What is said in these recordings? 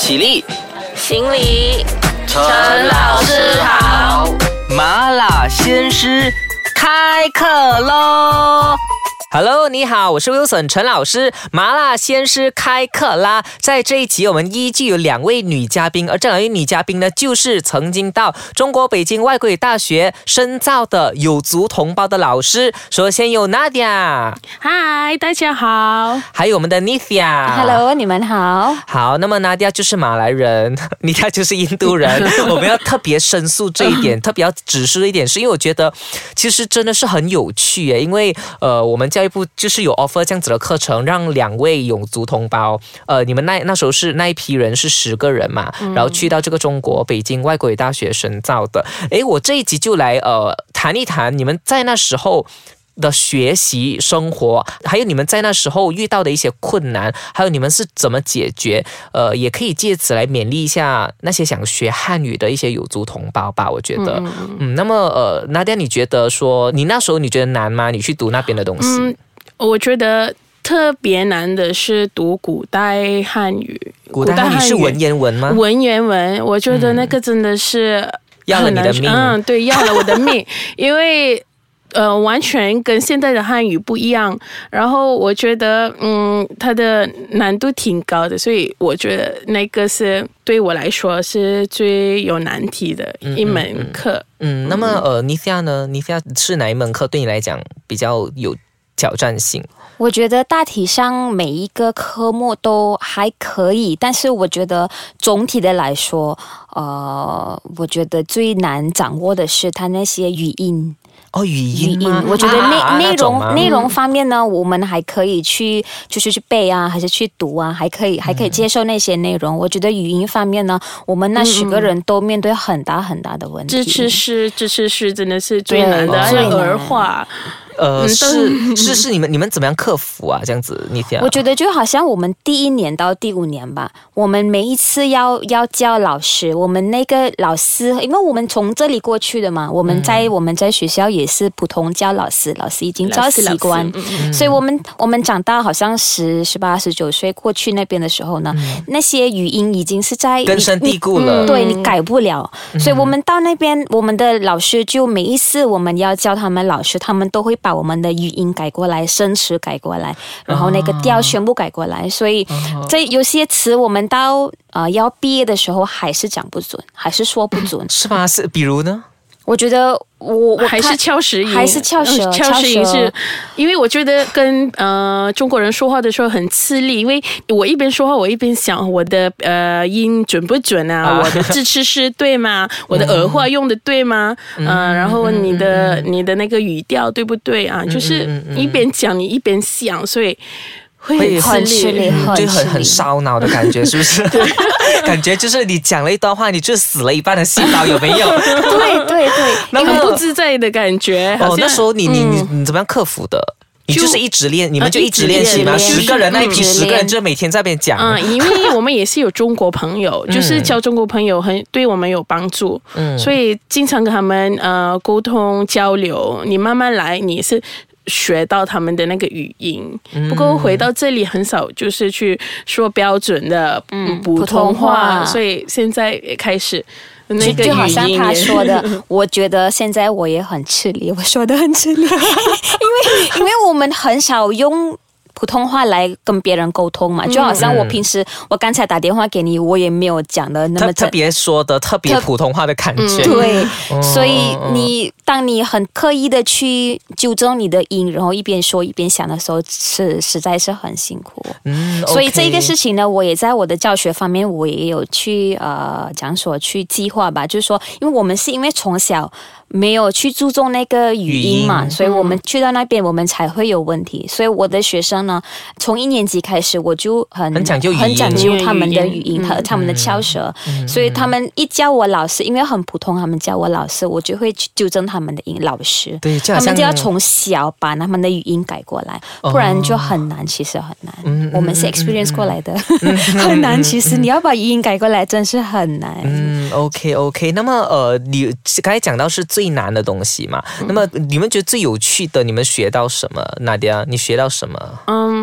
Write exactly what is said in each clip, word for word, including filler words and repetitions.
起立， 行礼， 陈老师好。 麻辣鲜师开课喽 Hello， 你好，我是 Wilson 陈老师，麻辣鲜师开课啦！在这一集，我们依旧有两位女嘉宾，而这两位女嘉宾呢，就是曾经到中国北京外国语大学深造的有族同胞的老师。首先有 Nadia， 嗨，大家好。 还有我们的 Nithya， Hello， 你们好。 好，那么 Nadia 就是马来人，Nithya 就是印度人。我们要特别申诉这一点，特别要指出一点，是因为我觉得其实真的是很有趣耶，因为呃，我们教育部就是有 offer 这样子的课程，让两位有族同胞，呃，你们那那时候是那一批人是十个人嘛，然后去到这个中国北京外国语大学深造的。诶，我这一集就来呃谈一谈你们在那时候的学习生活，还有你们在那时候遇到的一些困难，还有你们是怎么解决，呃，也可以借此来勉励一下那些想学汉语的一些有族同胞吧，我觉得。嗯, 嗯那么呃 Nadia 你觉得说你那时候你觉得难吗？你去读那边的东西？ 嗯，我觉得特别难的是读古代汉语。 古代汉语是文言文吗？ 文言文，我觉得那个真的是要了你的命。 嗯，对，要了我的命，因为呃，完全跟现在的汉语不一样。然后我觉得，嗯，它的难度挺高的，所以我觉得那个是对我来说是最有难题的一门课。 嗯, 嗯, 嗯, 嗯那么呃 Nithya 呢 Nithya 是哪一门课对你来讲比较有挑战性？ 我觉得大体上每一个科目都还可以，但是我觉得总体的来说，呃，我觉得最难掌握的是它那些语音。 哦，语音吗？ 我觉得内、 啊、 内容内容方面呢，我们还可以去就是去背啊，还是去读啊，还可以还可以接受那些内容。嗯、我觉得语音方面呢，我们那十个人都面对很大很大的问题。 支持诗，支持诗真的是最难的，还有儿化。 呃，是是是，你们你们怎么样克服啊？这样子，你讲。 我觉得就好像我们第一年到第五年吧，我们每一次要要教老师，我们那个老师，因为我们从这里过去的嘛，我们在、嗯、我们在学校也是普通教老师，老师已经教习惯，嗯、所以我们我们长大好像十十八十九岁过去那边的时候呢，嗯、那些语音已经是在根深蒂固了， 嗯、对你改不了，嗯、所以我们到那边，我们的老师就每一次我们要教他们老师，他们都会把我们的语音改过来，生词改过来，然后那个调全部改过来，所以这有些词我们到呃要毕业的时候还是讲不准，还是说不准， 是吗？是比如呢？ 我觉得我我还是翘舌音， 还是翘舌， 翘舌音是，因为我觉得跟呃中国人说话的时候很吃力，因为我一边说话，我一边想我的呃音准不准啊，啊我的字吃是对吗？我的儿化用的对吗？嗯、呃，然后你的、嗯、你的那个语调对不对啊？就是一边讲你一边想，所以。会很吃力， 就很很烧脑的感觉，是不是？感觉就是你讲了一段话，你就死了一半的细胞，有没有？ 对对对， 那么不自在的感觉。 哦，那时候你你你你怎么样克服的？你就是一直练，你们就一直练习吗？十个人那一批十个人就每天在那边讲。 嗯，因为我们也是有中国朋友，就是交中国朋友很对我们有帮助，嗯，所以经常跟他们呃沟通交流。你慢慢来，你是。学到他们的那个语音，不过回到这里很少就是去说标准的普通话，嗯、所以现在也开始那个语音也就好像他说的，我觉得现在我也很吃力，我说的很吃力，因为因为我们很少用。普通话来跟别人沟通嘛，就好像我平时、嗯、我刚才打电话给你，我也没有讲的那么特别说的特别普通话的感觉。 嗯、对、哦，所以你当你很刻意的去纠正你的音，然后一边说一边想的时候，是实在是很辛苦。嗯，所以这个事情呢，我也在我的教学方面，我也有去呃讲说去计划吧，就是说，因为我们是因为从小。没有去注重那个语音嘛，所以我们去到那边我们才会有问题。所以我的学生呢，从一年级开始我就很很讲究语音， 很讲究他们的语音和、嗯、他们的翘舌、嗯、所以他们一教我老师，因为很普通，他们教我老师，我就会去纠正他们的音。老师对， 他们就要从小把他们的语音改过来，不然就很难，其实很难、嗯、我们是 experience 过来的、嗯、很难，其实你要把语音改过来真是很难。 嗯 OK OK 那么呃，你刚才讲到是最难的东西嘛、嗯、那么你们觉得最有趣的，你们学到什么？Nadia 你学到什么？ 嗯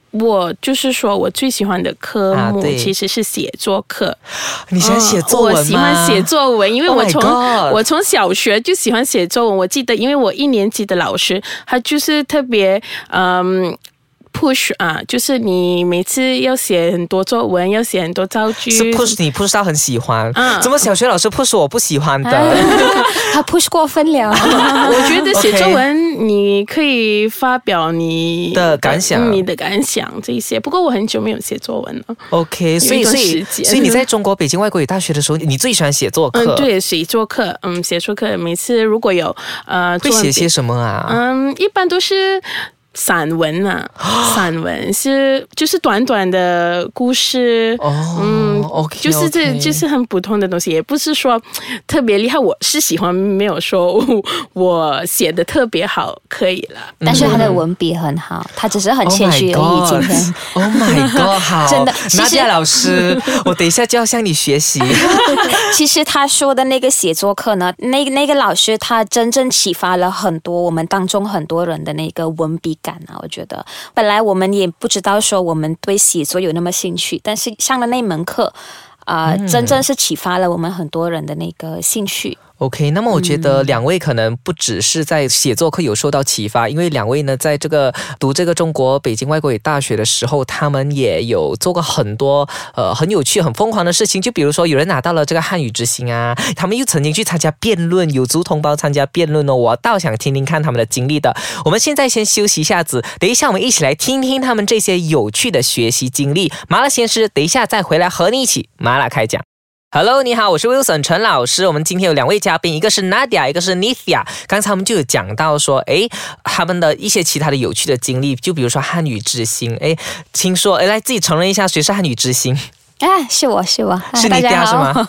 我就是说我最喜欢的科目其实是写作课。 你喜欢写作文吗？ 我喜欢写作文，因为我从、 oh、 我从小学就喜欢写作文。我记得，因为我一年级的老师他就是特别嗯。push 啊，就是你每次要写很多作文，要写很多造句。 是 push 你 push 到很喜欢，嗯、怎么小学老师 push 我不喜欢的？ 他 push 过分了。 我觉得写作文你可以发表你的感想， 你的感想这一些。不过我很久没有写作文了。 OK， 所以所以所以你在中国北京外国语大学的时候，你最喜欢写作课？ 嗯，对，写作课，嗯，写作课，每次如果有呃， 会写些什么啊？ 嗯，一般都是。散文啊，散文是就是短短的故事， 哦、 嗯 ，OK， 就是这就是很普通的东西，也不是说特别厉害。我是喜欢，没有说我写的特别好，可以了。 但是他的文笔很好，他只是很谦虚而已。今天 ，Oh my God， 好， 真的， 娜迪亚老师，我等一下就要向你学习。 其实他说的那个写作课呢，那那个老师他真正启发了很多我们当中很多人的那个文笔感啊，我觉得本来我们也不知道说我们对写作有那么兴趣，但是上了那门课啊、呃嗯，真正是启发了我们很多人的那个兴趣。 OK， 那么我觉得两位可能不只是在写作课有受到启发，因为两位呢在这个读这个中国北京外国语大学的时候，他们也有做过很多呃很有趣、很疯狂的事情。就比如说有人拿到了这个汉语之星啊，他们又曾经去参加辩论，有族同胞参加辩论哦，我倒想听听看他们的经历的。我们现在先休息一下子，等一下我们一起来听听他们这些有趣的学习经历。麻辣鲜师，等一下再回来和你一起麻辣开讲。Hello， 你好，我是 Wilson 陈老师。我们今天有两位嘉宾，一个是 Nadia， 一个是 Nithya。刚才我们就有讲到说，诶，他们的一些其他的有趣的经历，就比如说汉语之星。诶，听说，诶，来自己承认一下，谁是汉语之星？ 啊，是我是我， 是Nithya是吗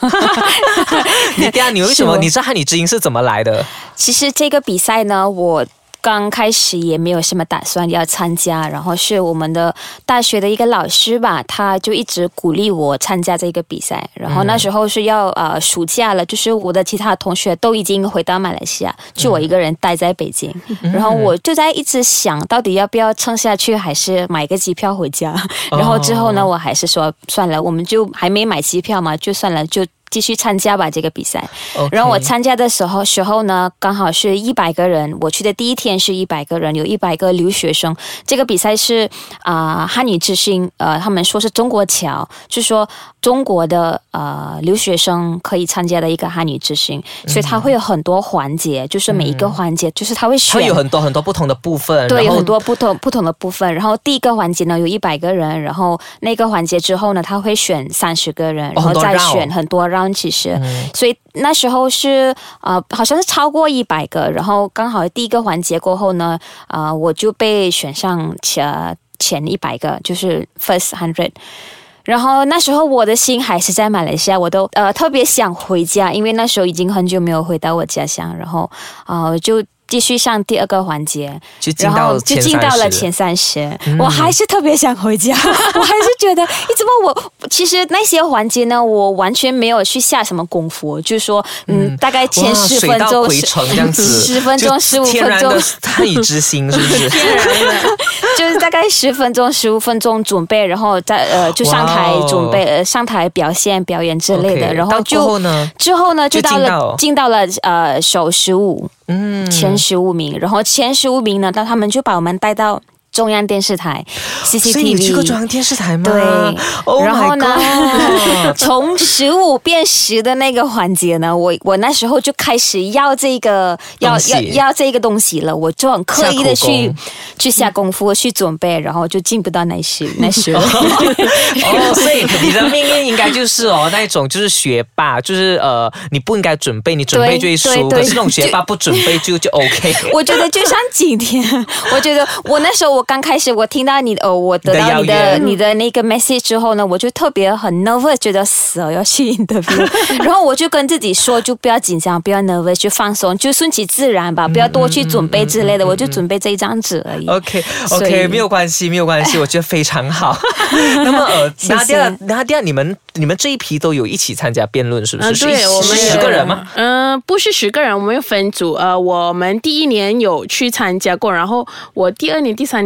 ？Nithya，你为什么？你知道汉语之星是怎么来的？ 其实这个比赛呢，我刚开始也没有什么打算要参加，然后是我们的大学的一个老师吧，他就一直鼓励我参加这个比赛。然后那时候是要呃暑假了，就是我的其他同学都已经回到马来西亚，就我一个人待在北京。嗯、然后我就在一直想，到底要不要撑下去，还是买个机票回家。然后之后呢，我还是说算了，我们就还没买机票嘛，就算了，就继续参加吧这个比赛。Okay. 然后我参加的时候时候呢，刚好是一百个人，我去的第一天是一百个人，有一百个留学生。这个比赛是啊、呃、汉语之星，呃他们说是中国侨，就是说中国的呃留学生可以参加的一个汉语之星，所以它会有很多环节，就是每一个环节、嗯、就是它会选， 它有很多很多不同的部分， 对，有很多不同不同的部分。然后第一个环节呢有一百个人，然后那个环节之后呢，他会选三十个人，然后再选很多让。其实、嗯，所以那时候是呃，好像是超过一百个，然后刚好第一个环节过后呢，呃，我就被选上前前一百个，就是 first hundred。然后那时候我的心还是在马来西亚，我都呃特别想回家，因为那时候已经很久没有回到我家乡，然后呃就。继续上第二个环节， 就进到然后就进到了前三十、嗯。我还是特别想回家，我还是觉得，你怎么我其实那些环节呢，我完全没有去下什么功夫，就是说，嗯，嗯大概前十分钟，十分钟、十五分钟， 天然的汉语之星是不是？ 天然的，就是大概十分钟、十五分钟准备，然后再呃就上台准备、呃、上台表现、表演之类的， okay, 然后就后呢之后呢就到了进到了呃首十五。嗯，前十五名，然后前十五名呢，那他们就把我们带到中央电视台 C C T V。 所以你去过中央电视台吗？ 对、 oh、 然后呢从十五变十的那个环节呢，我我那时候就开始要这个要要要这个东西了，我就很刻意的去去下功夫、嗯、去准备，然后就进不到那十那十哦， 所以你的命运应该就是哦那种就是学霸，就是呃你不应该准备，你准备就会输，可是那种学霸不准备就就 OK。 我觉得就像今天，我觉得我那时候我刚开始我听到你哦，我得到你的你的那个 message 之后呢，我就特别很 nervous， 觉得死了要去 interview， 然后我就跟自己说，就不要紧张，不要 nervous， 就放松，就顺其自然吧，不要多去准备之类的，嗯嗯嗯嗯嗯、我就准备这一张纸而已。 OK OK， 没有关系，没有关系，我觉得非常好。那么呃，拿掉拿掉，你们你们这一批都有一起参加辩论，是不是？ 嗯、对，我们十个人吗？ 嗯、呃，不是十个人，我们有分组。呃，我们第一年有去参加过，然后我第二年、第三年。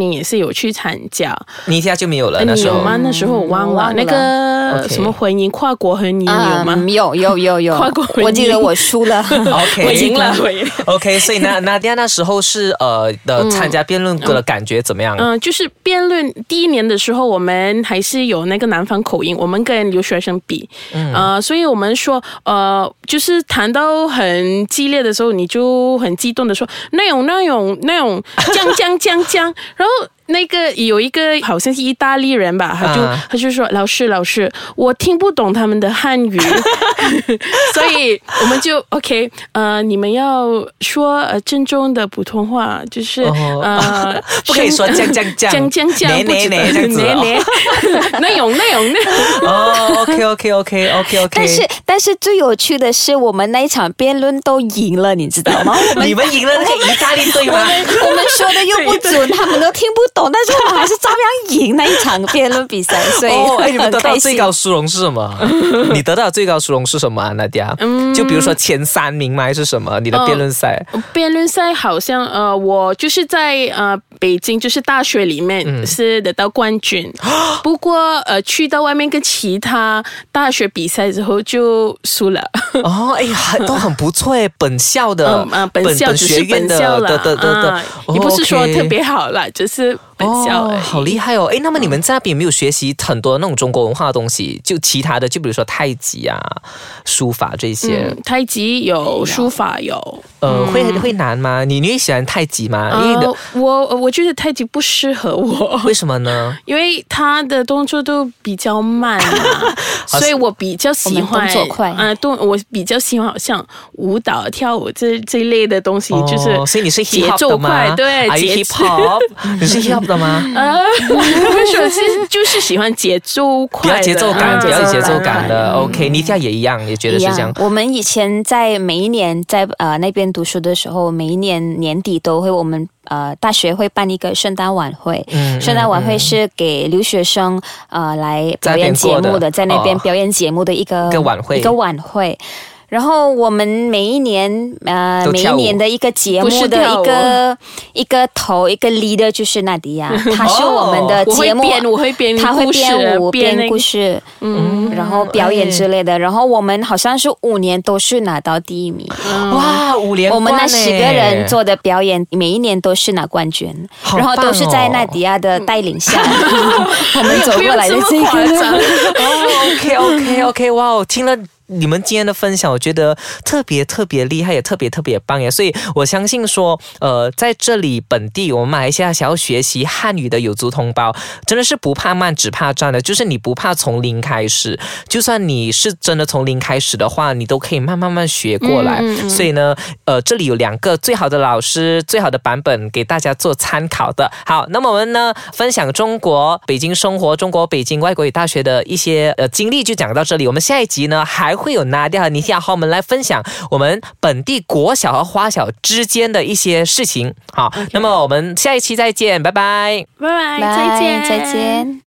年也是有去参加。 你一下就没有了， 呃、 那时候你有吗？那时候我忘了，忘了那个什么婚姻，跨国婚姻有吗？ 嗯、有有有有， 跨国婚姻， 我记得我输了 ，OK， 我赢了，我赢了。 OK， 所以那那那那时候是呃的参加辩论的感觉怎么样？ 嗯，呃、就是辩论第一年的时候，我们还是有那个南方口音，我们跟留学生比，嗯，呃，所以我们说，呃，就是谈到很激烈的时候，你就很激动的说那种那种那种将将将将，然后。那个有一个好像是意大利人吧，他就、uh. 他就说老师老师，我听不懂他们的汉语，所以我们就 OK， 呃，你们要说呃正宗的普通话，就是、oh. 呃不可以说将将将将将将， 呢呢呢这样子哦，那种那种那种哦 ，OK OK OK OK OK， 但是但是最有趣的是，我们那一场辩论都赢了，你知道吗？ 你们赢了那个意大利队吗？ 我们说的又不准，他们都听不懂，但是我们还是照样赢那一场辩论比赛，所以哦，哎，你们得到很开心。 最高殊荣是什么？你得到最高殊荣是什么啊，Nadia？嗯，就比如说前三名吗？还是什么？你的辩论赛？ 呃、辩论赛好像呃，我就是在呃北京，就是大学里面是得到冠军。嗯、不过呃，去到外面跟其他大学比赛之后就输了。 哦，哎呀，都很不错哎，本校的， 嗯、呃，本校只是本校了， 的的的的， 也不是说特别好啦，就是本校而已。 哦，好厉害哦！哎，那么你们在那边有没有学习很多那种中国文化的东西？就其他的，就比如说太极啊、书法这些。 嗯、太极有，书法有。 呃，会会难吗？你你会喜欢太极吗？ 呃、因为我我觉得太极不适合我。 为什么呢？ 因为他的动作都比较慢啊，所以我比较喜欢动作快。 啊、呃，动我比较喜欢好像舞蹈、跳舞这这一类的东西，哦、就是所以你是节奏快，对， 节奏 hip hop， 你是 hip hop 的吗？ 呃，为什么是就是喜欢节奏快的， 比较节奏感，比较有节奏感的。 嗯、 OK， 你家也一样，也觉得是这样。 我们以前在每一年在呃那边读书的时候，每一年年底都会我们。呃，大学会办一个圣诞晚会，嗯、圣诞晚会是给留学生呃来表演节目的，在那边表演节目的一个、 哦、一个晚会， 一个晚会。然后我们每一年呃每一年的一个节目的一个一个头一个 leader 就是纳迪亚，他是我们的节目， 哦、我会编， 他会编舞编编故事，嗯，然后表演之类的。哎、然后我们好像是五年都是拿到第一名， 嗯、哇，五连冠！ 我们那十个人做的表演，每一年都是拿冠军， 哦、 然后都是在纳迪亚的带领下，我们走过来的这个。 哦 ，OK OK OK， 哇哦，听了。你们今天的分享，我觉得特别特别厉害，也特别特别棒耶！所以我相信说，呃，在这里本地，我们马来西亚想要学习汉语的有族同胞，真的是不怕慢，只怕站的，就是你不怕从零开始，就算你是真的从零开始的话，你都可以慢慢慢学过来。嗯嗯、所以呢，呃，这里有两个最好的老师，最好的版本给大家做参考的。好，那么我们呢，分享中国北京生活，中国北京外国语大学的一些呃经历，就讲到这里。我们下一集呢，还会有Nadia和Nithya和我们来分享我们本地国小和花小之间的一些事情。好， okay. 那么我们下一期再见，拜拜， 拜拜，再见， 再见。